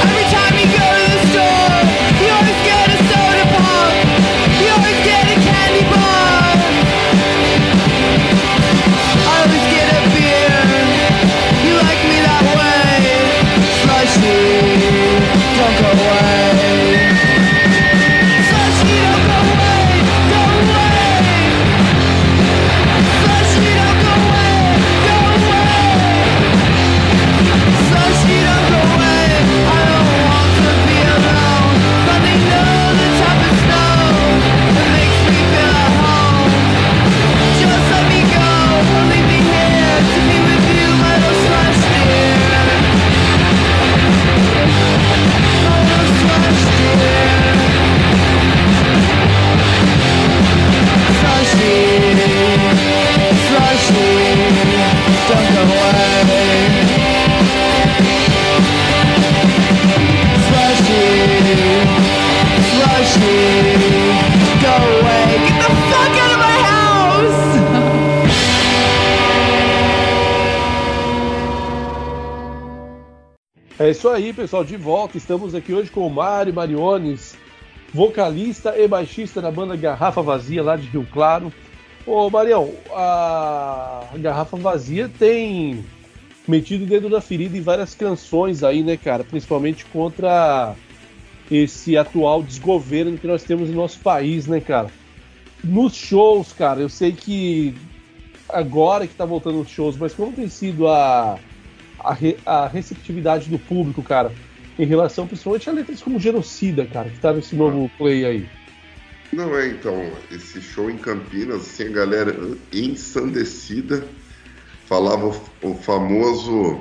É isso aí, pessoal, de volta. Estamos aqui hoje com o Mário Mariones, vocalista e baixista da banda Garrafa Vazia, lá de Rio Claro. Ô, Marião, a Garrafa Vazia tem metido o dedo na ferida em várias canções aí, né, cara? Principalmente contra esse atual desgoverno que nós temos no nosso país, né, cara? Nos shows, cara, eu sei que agora que tá voltando os shows, mas como tem sido a receptividade do público, cara, em relação principalmente a letras como Genocida, cara, que tá nesse novo play aí? Não, então, esse show em Campinas, assim, a galera ensandecida falava o famoso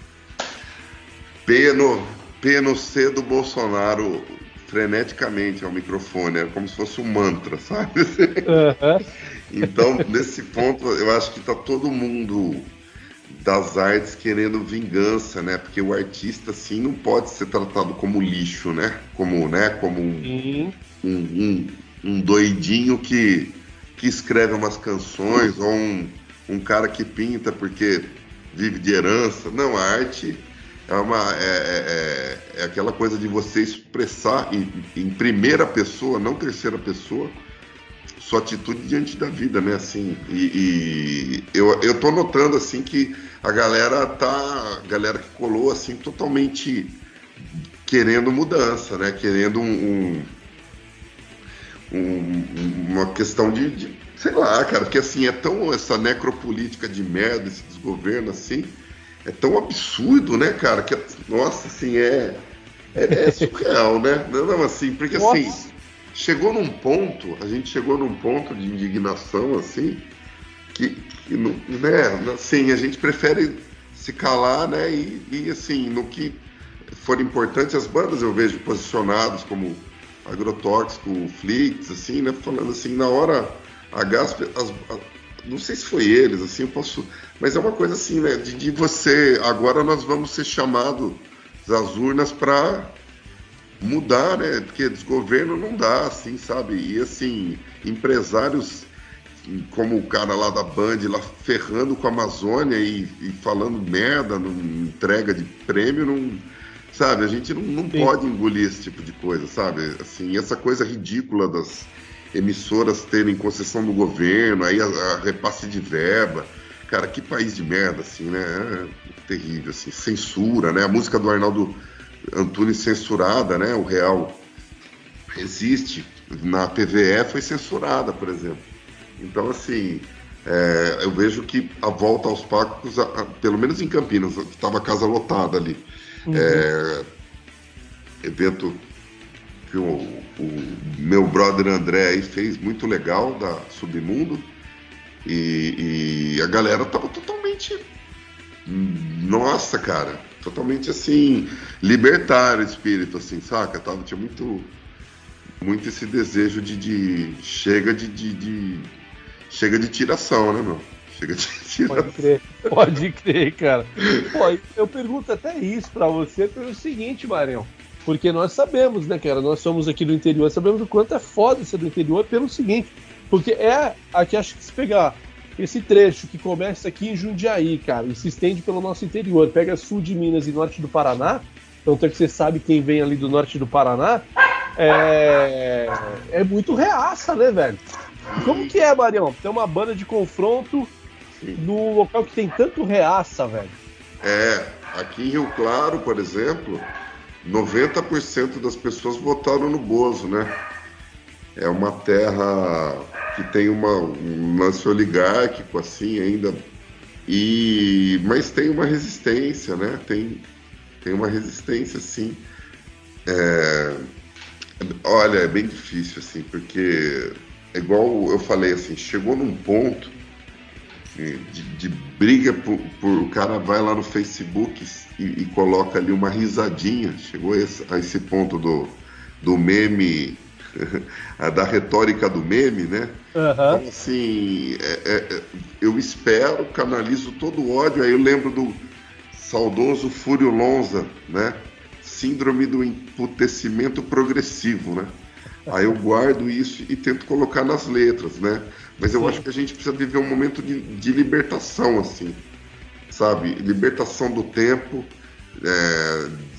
P no C do Bolsonaro freneticamente ao microfone, era como se fosse um mantra, sabe? Então, nesse ponto, eu acho que tá todo mundo das artes querendo vingança, né? Porque o artista, assim, não pode ser tratado como lixo, né? Como um doidinho que escreve umas canções, ou um cara que pinta porque vive de herança. Não, a arte é aquela coisa de você expressar em primeira pessoa, não terceira pessoa, sua atitude diante da vida, né? Assim, e eu tô notando assim que a galera que colou assim totalmente querendo mudança, né? Querendo uma questão de sei lá, cara, porque assim é tão essa necropolítica de merda, esse desgoverno assim, é tão absurdo, né, cara? Que nossa, assim é surreal, né? Não, assim, porque assim a gente chegou num ponto de indignação, assim, que né, assim, a gente prefere se calar, né, e assim, no que for importante, as bandas eu vejo posicionadas como Agrotóxico, Flix, assim, né, falando assim, na hora, a Gasp, não sei se foi eles, assim, eu posso, mas é uma coisa assim, né, de você, agora nós vamos ser chamados das urnas para mudar, né? Porque desgoverno não dá, assim, sabe? E assim, empresários como o cara lá da Band, lá ferrando com a Amazônia e falando merda, entrega de prêmio, não, sabe? A gente não pode engolir esse tipo de coisa, sabe? Assim, essa coisa ridícula das emissoras terem concessão do governo, aí a repasse de verba. Cara, que país de merda, assim, né? É terrível, assim, censura, né? A música do Arnaldo Antunes censurada, né? O Real Resiste, na TVE foi censurada, por exemplo. Então, assim, eu vejo que a volta aos palcos, pelo menos em Campinas, estava a casa lotada ali. Evento que o meu brother André aí fez muito legal, da Submundo, e a galera tava totalmente, nossa, cara, totalmente assim, libertário o espírito, assim, saca? Tinha muito esse desejo de chega de tiração, né, meu? Chega de tiração. Pode crer, cara. Pô, eu pergunto até isso pra você pelo seguinte, Marião, porque nós sabemos, né, cara, nós somos aqui do interior, sabemos o quanto é foda ser do interior pelo seguinte, porque aqui acho que se pegar esse trecho que começa aqui em Jundiaí, cara, e se estende pelo nosso interior, pega sul de Minas e norte do Paraná, então que você sabe quem vem ali do norte do Paraná, é muito reaça, né, velho? Como que é, Marião? Tem uma banda de confronto no local que tem tanto reaça, velho. Aqui em Rio Claro, por exemplo, 90% das pessoas votaram no Bozo, né? É uma terra que tem um lance oligárquico, assim, ainda, mas tem uma resistência, né? Tem uma resistência, sim. Olha, é bem difícil, assim, porque, igual eu falei, assim, chegou num ponto de briga o cara vai lá no Facebook e coloca ali uma risadinha, chegou a esse ponto do meme, da retórica do meme, né? Então, assim, eu espero, canalizo todo o ódio, aí eu lembro do saudoso Fúrio Lonza, né? Síndrome do emputecimento progressivo, né? Aí eu guardo isso e tento colocar nas letras, né? Mas eu acho que a gente precisa viver um momento de libertação, assim, sabe? Libertação do tempo,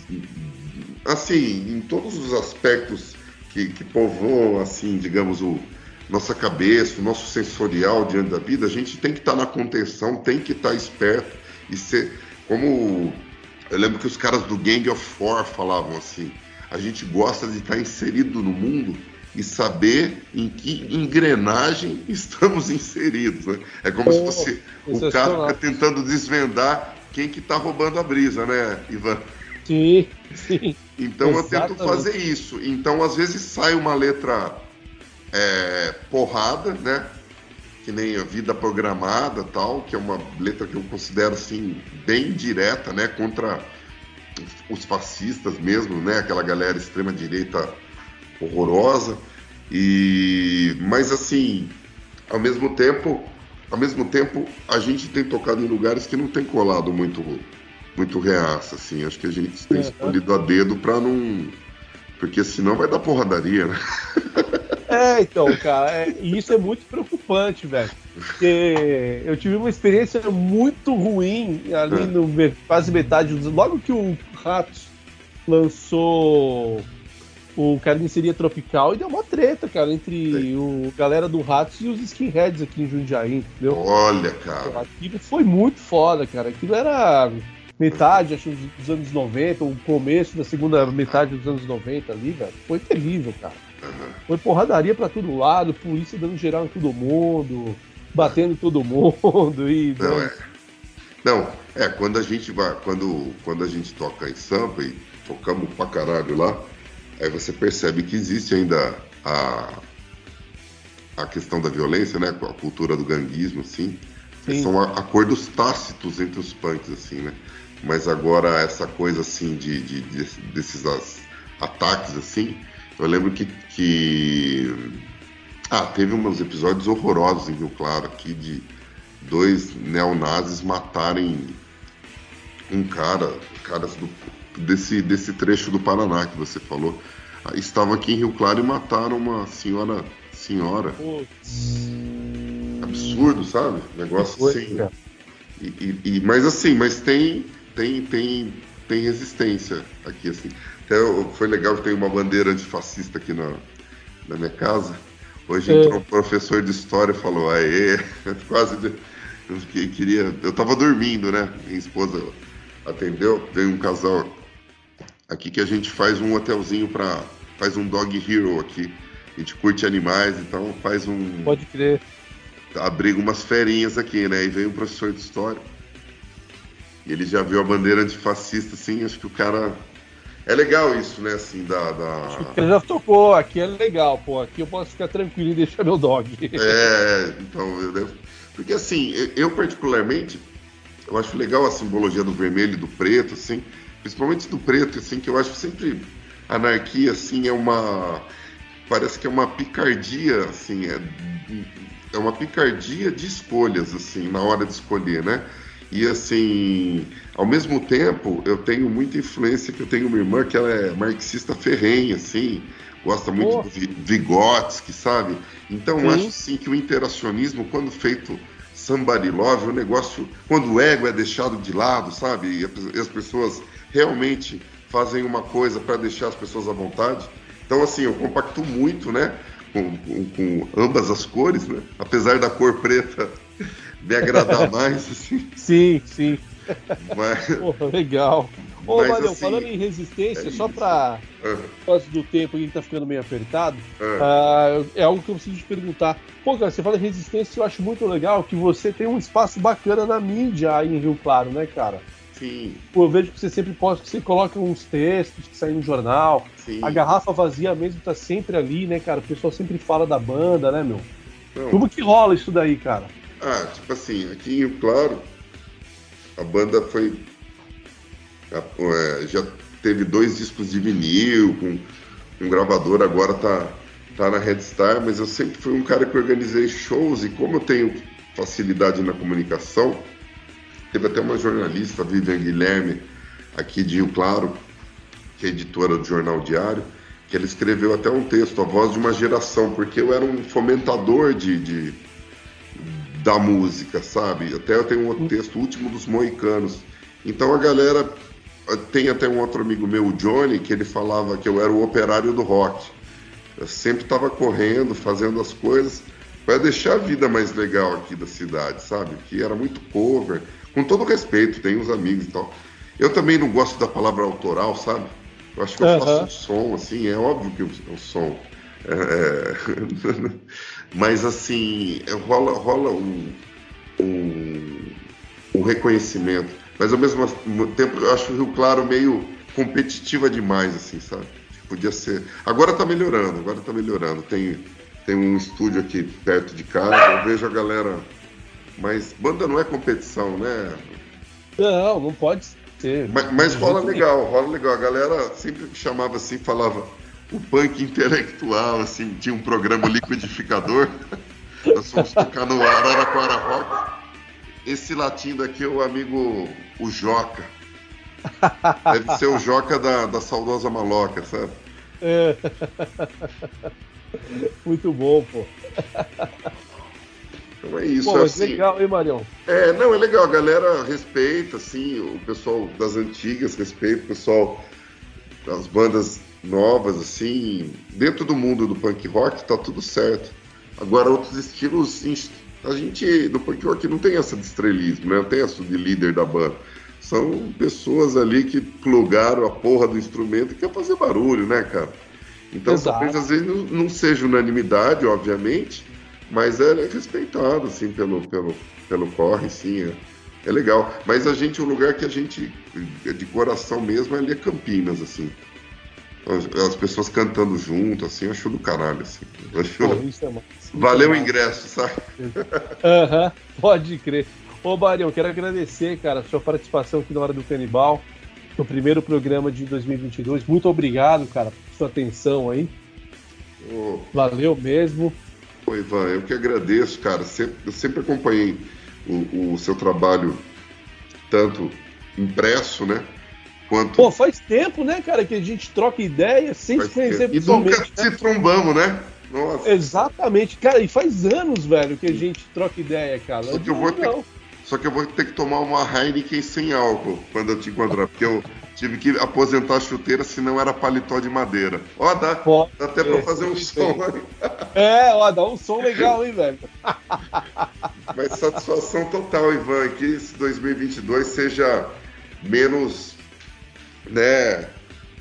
assim, em todos os aspectos que povoam, assim, digamos, nossa cabeça, o nosso sensorial diante da vida, a gente tem que estar na contenção, tem que estar esperto e ser, como eu lembro que os caras do Gang of Four falavam assim, a gente gosta de estar inserido no mundo e saber em que engrenagem estamos inseridos, né? É como se fosse o cara tentando desvendar quem que está roubando a brisa, né, Ivan? Sim. Então eu tento fazer isso. Então às vezes sai uma letra porrada, né? Que nem a Vida Programada, tal, que é uma letra que eu considero assim bem direta, né? Contra os fascistas mesmo, né? Aquela galera extrema direita horrorosa. Mas assim, ao mesmo tempo a gente tem tocado em lugares que não tem colado muito reaça, assim. Acho que a gente tem escolhido a dedo pra não... Porque senão vai dar porradaria, né? Então, cara, e isso é muito preocupante, velho. Porque eu tive uma experiência muito ruim ali no quase metade do... Logo que o Ratos lançou o Carniceria Tropical, e deu uma treta, cara, entre o galera do Ratos e os skinheads aqui em Jundiaí, entendeu? Olha, cara. Aquilo foi muito foda, cara. Aquilo era metade, acho, dos anos 90, o começo da segunda metade dos anos 90 ali, velho. Foi terrível, cara. Foi porradaria pra todo lado, polícia dando geral em todo mundo, batendo em todo mundo e... Quando a gente vai, quando a gente toca em Sampa e tocamos pra caralho lá, aí você percebe que existe ainda a questão da violência, né? A cultura do ganguismo, assim. São acordos tácitos entre os punks, assim, né? Mas agora essa coisa, assim, desses ataques, assim, eu lembro que teve uns episódios horrorosos em Rio Claro aqui de 2 neonazis matarem caras desse trecho do Paraná que você falou. Estavam aqui em Rio Claro e mataram uma senhora. Absurdo, sabe? Negócio assim. Mas tem resistência aqui, assim. Até foi legal que tem uma bandeira antifascista aqui na minha casa. Hoje entrou um professor de história e falou, eu tava dormindo, né? Minha esposa atendeu, veio um casal aqui que a gente faz um hotelzinho faz um dog hero aqui. A gente curte animais, então faz um... Pode crer. Abriga umas ferinhas aqui, né? E veio um professor de história. E ele já viu a bandeira antifascista, assim, acho que o cara... É legal isso, né, assim, Ele já tocou, aqui é legal, pô, aqui eu posso ficar tranquilo e deixar meu dog. Então, porque assim, eu particularmente, eu acho legal a simbologia do vermelho e do preto, assim, principalmente do preto, assim, que eu acho sempre anarquia, assim, parece que é uma picardia, assim, é uma picardia de escolhas, assim, na hora de escolher, né? E assim, ao mesmo tempo, eu tenho muita influência, que eu tenho uma irmã que ela é marxista ferrenha, assim, gosta muito do Vygotsky, sabe? Então, eu acho assim que o interacionismo, quando feito somebody love, o negócio, quando o ego é deixado de lado, sabe? E as pessoas realmente fazem uma coisa para deixar as pessoas à vontade. Então, assim, eu compacto muito, né? Com ambas as cores, né? Apesar da cor preta me agradar mais, assim. Sim. Mas... Porra, legal. Ô, Marião, assim, falando em resistência, só pra... Por causa do tempo que tá ficando meio apertado, é algo que eu preciso te perguntar. Pô, cara, você fala em resistência, eu acho muito legal que você tem um espaço bacana na mídia aí em Rio Claro, né, cara? Sim. Pô, eu vejo que você sempre posta, que você coloca uns textos que saem no jornal. Sim. A Garrafa Vazia mesmo tá sempre ali, né, cara? O pessoal sempre fala da banda, né, meu? Não. Como que rola isso daí, cara? Tipo assim, aqui em Rio Claro, a banda foi... já teve 2 discos de vinil, com um gravador, agora tá na Red Star, mas eu sempre fui um cara que organizei shows, e como eu tenho facilidade na comunicação, teve até uma jornalista, Vivian Guilherme, aqui de Rio Claro, que é editora do Jornal Diário, que ela escreveu até um texto, A Voz de uma Geração, porque eu era um fomentador da música, sabe? Até eu tenho um outro texto, O Último dos Moicanos. Então a galera tem até um outro amigo meu, o Johnny, que ele falava que eu era o operário do rock. Eu sempre estava correndo, fazendo as coisas para deixar a vida mais legal aqui da cidade, sabe? Que era muito cover, com todo respeito, tem uns amigos e tal. Eu também não gosto da palavra autoral, sabe? Eu acho que eu faço um som, assim, é óbvio que é um som. Mas, assim, rola um reconhecimento. Mas, ao mesmo tempo, eu acho o Rio Claro meio competitiva demais, assim, sabe? Podia ser... Agora tá melhorando. Tem um estúdio aqui perto de casa, eu vejo a galera... Mas banda não é competição, né? Não pode ser. Mas rola legal. A galera sempre me chamava assim, falava o punk intelectual, assim, tinha um programa liquidificador. Nós fomos tocar no Araraquara Rock. Esse latindo aqui é o amigo, o Joca. Deve ser o Joca da saudosa Maloca, sabe? Muito bom, pô. Então é isso. Pô, assim, legal, hein, Marião? É legal, a galera respeita, assim, o pessoal das antigas respeita, o pessoal das bandas novas, assim, dentro do mundo do punk rock tá tudo certo. Agora, outros estilos, a gente, no punk rock não tem essa de estrelismo, né? Não tem essa de líder da banda. São pessoas ali que plugaram a porra do instrumento e quer fazer barulho, né, cara? Então, talvez às vezes não seja unanimidade, obviamente, mas é respeitado, assim, pelo corre, sim, é legal. Mas o lugar que a gente, de coração mesmo, ali é Campinas, assim. As pessoas cantando junto, assim, eu acho do caralho, assim. Valeu o ingresso, sabe? Pode crer. Ô, Marião, quero agradecer, cara, a sua participação aqui na Hora do Canibal, no primeiro programa de 2022. Muito obrigado, cara, por sua atenção aí. Valeu mesmo. Ô, Ivan, eu que agradeço, cara. Eu sempre acompanhei o seu trabalho, tanto impresso, né? Quanto... Pô, faz tempo, né, cara, que a gente troca ideia sem se conhecer pessoalmente. E nunca se trombamos, né? Nossa. Exatamente, cara, e faz anos, velho, que a gente troca ideia, cara. Só que eu vou ter que tomar uma Heineken sem álcool quando eu te encontrar, porque eu tive que aposentar a chuteira, senão era paletó de madeira. Ó, dá até pra fazer um som. Dá um som legal, hein, velho? Mas satisfação total, Ivan, que esse 2022 seja menos, né,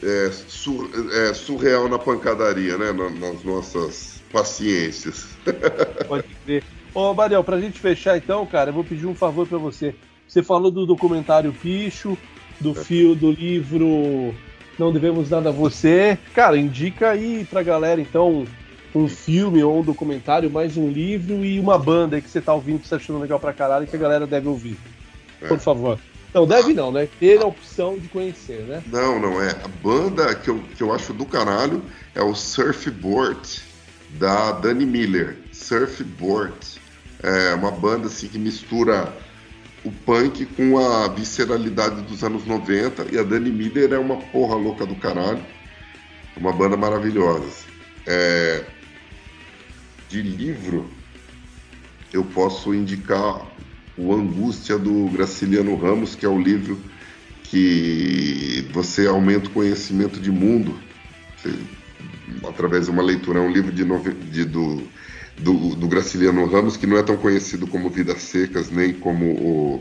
surreal na pancadaria, né, nas nossas paciências. Pode crer. Ô, Mariel, pra gente fechar então, cara, eu vou pedir um favor pra você. Você falou do documentário Picho, do do livro Não Devemos Nada a Você. Cara, indica aí pra galera, então, um filme ou um documentário, mais um livro e uma banda aí que você tá ouvindo, que você tá achando legal pra caralho e que a galera deve ouvir. Por favor. Não, deve não, né? Ter a opção de conhecer, né? Não é. A banda que eu acho do caralho é o Surfboard, da Dani Miller. Surfboard. É uma banda assim que mistura o punk com a visceralidade dos anos 90, e a Dani Miller é uma porra louca do caralho. É uma banda maravilhosa. De livro, eu posso indicar o Angústia, do Graciliano Ramos, que é o livro que você aumenta o conhecimento de mundo através de uma leitura. É um livro do Graciliano Ramos, que não é tão conhecido como Vidas Secas, nem como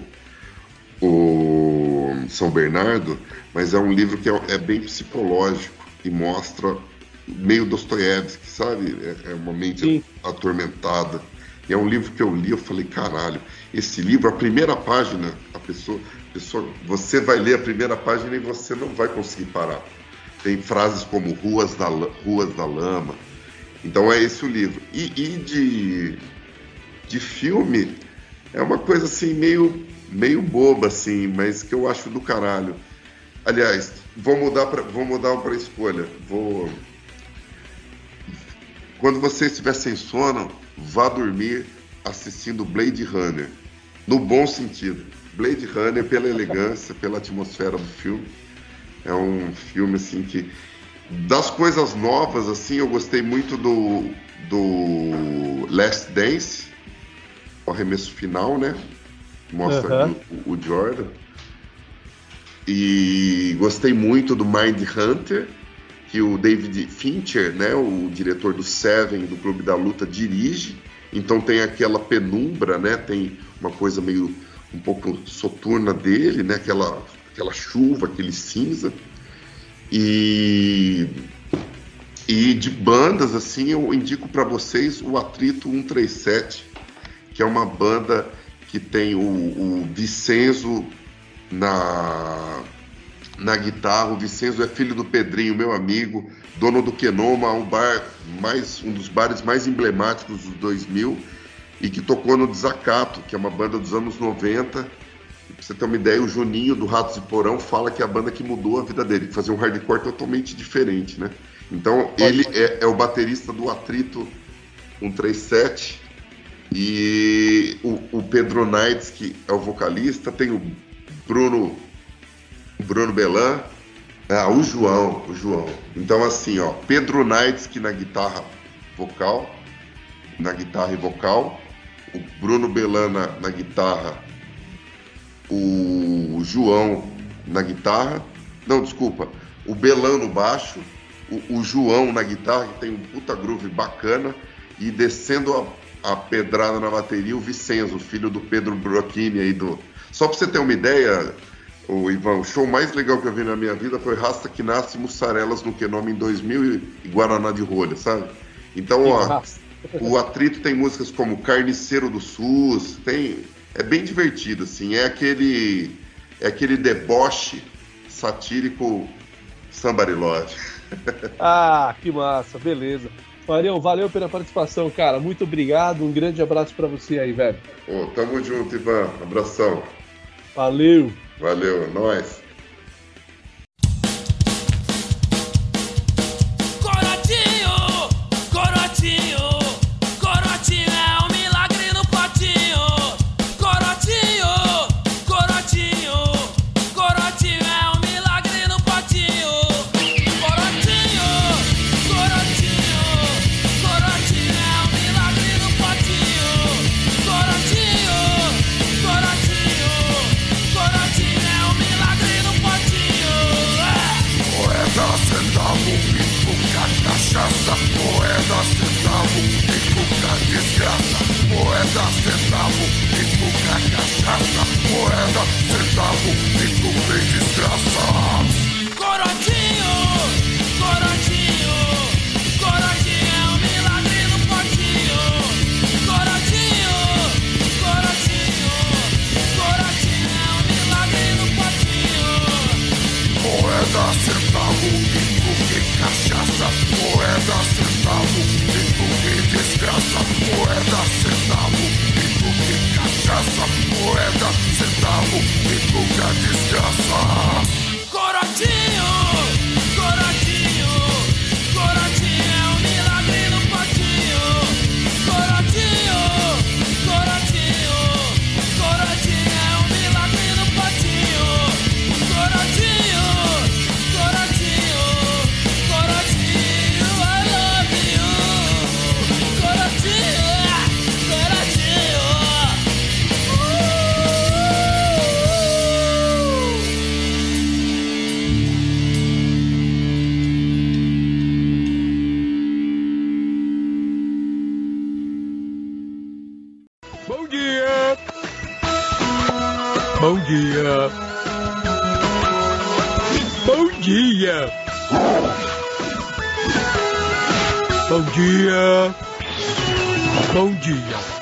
o São Bernardo, mas é um livro que é bem psicológico e mostra meio Dostoiévski, sabe? É uma mente atormentada. E é um livro que eu li, eu falei, caralho, esse livro, a primeira página, a pessoa, você vai ler a primeira página e você não vai conseguir parar. Tem frases como Ruas da Lama. Então é esse o livro. E de filme, é uma coisa assim, meio boba, assim, mas que eu acho do caralho. Aliás, vou mudar para escolha. Quando você estiver sem sono, vá dormir assistindo Blade Runner. No bom sentido. Blade Runner, pela elegância, pela atmosfera do filme. É um filme, assim, que... Das coisas novas, assim, eu gostei muito do Last Dance, o arremesso final, né? Mostra o Jordan. E gostei muito do Mind Hunter, que o David Fincher, né, o diretor do Seven, do Clube da Luta, dirige. Então tem aquela penumbra, né, tem uma coisa meio um pouco soturna dele, né, aquela chuva, aquele cinza. E de bandas, assim, eu indico para vocês o Atrito 137, que é uma banda que tem o Vicenzo na guitarra. O Vicenzo é filho do Pedrinho, meu amigo, dono do Kenoma, um dos bares mais emblemáticos dos 2000, e que tocou no Desacato, que é uma banda dos anos 90. Pra você ter uma ideia, o Juninho do Ratos de Porão fala que é a banda que mudou a vida dele, que fazia um hardcore totalmente diferente, né? Então ele é o baterista do Atrito 137, e o Pedro Nights, que é o vocalista, tem o Bruno Belan, o João. Então assim, ó, Pedro Nights, que na guitarra e vocal, o Bruno Belan na guitarra, o João na guitarra, não, desculpa, o Belan no baixo, o João na guitarra, que tem um puta groove bacana, e descendo a pedrada na bateria, o Vicenzo, filho do Pedro Brocchini aí do... Só pra você ter uma ideia, Ivan, o show mais legal que eu vi na minha vida foi Rasta que Nasce Mussarelas no Kenoma em 2000 e Guaraná de Rolha, sabe? Então, ó, o Atrito tem músicas como Carniceiro do SUS, é bem divertido, assim, é aquele deboche satírico Somebody Love. Que massa, beleza. Marião, valeu pela participação, cara. Muito obrigado, um grande abraço pra você aí, velho. Tamo junto, Ivan. Abração. Valeu, é nóis. Moeda, centavo e pouca desgraça. Moeda, centavo e pouca cachaça. Moeda, centavo e pouca desgraça. Corotinho, corotinho, corotinho é um milagre no potinho. Corotinho, corotinho, corotinho é um milagre no potinho. Moeda, centavo e pouca cachaça. Moeda, centavo e pouca desgraça. Moeda, centavo e pouca cachaça. Moeda, centavo e pouca desgraça. Corotinho, corotinho, corotinho é um milagre no potinho. Corotinho, corotinho, corotinho é um milagre no potinho. Corotinho, corotinho, corotinho, I love you. Corotinho, corotinho. Bom dia! Bom dia! Bom dia! Bom dia! Bom dia!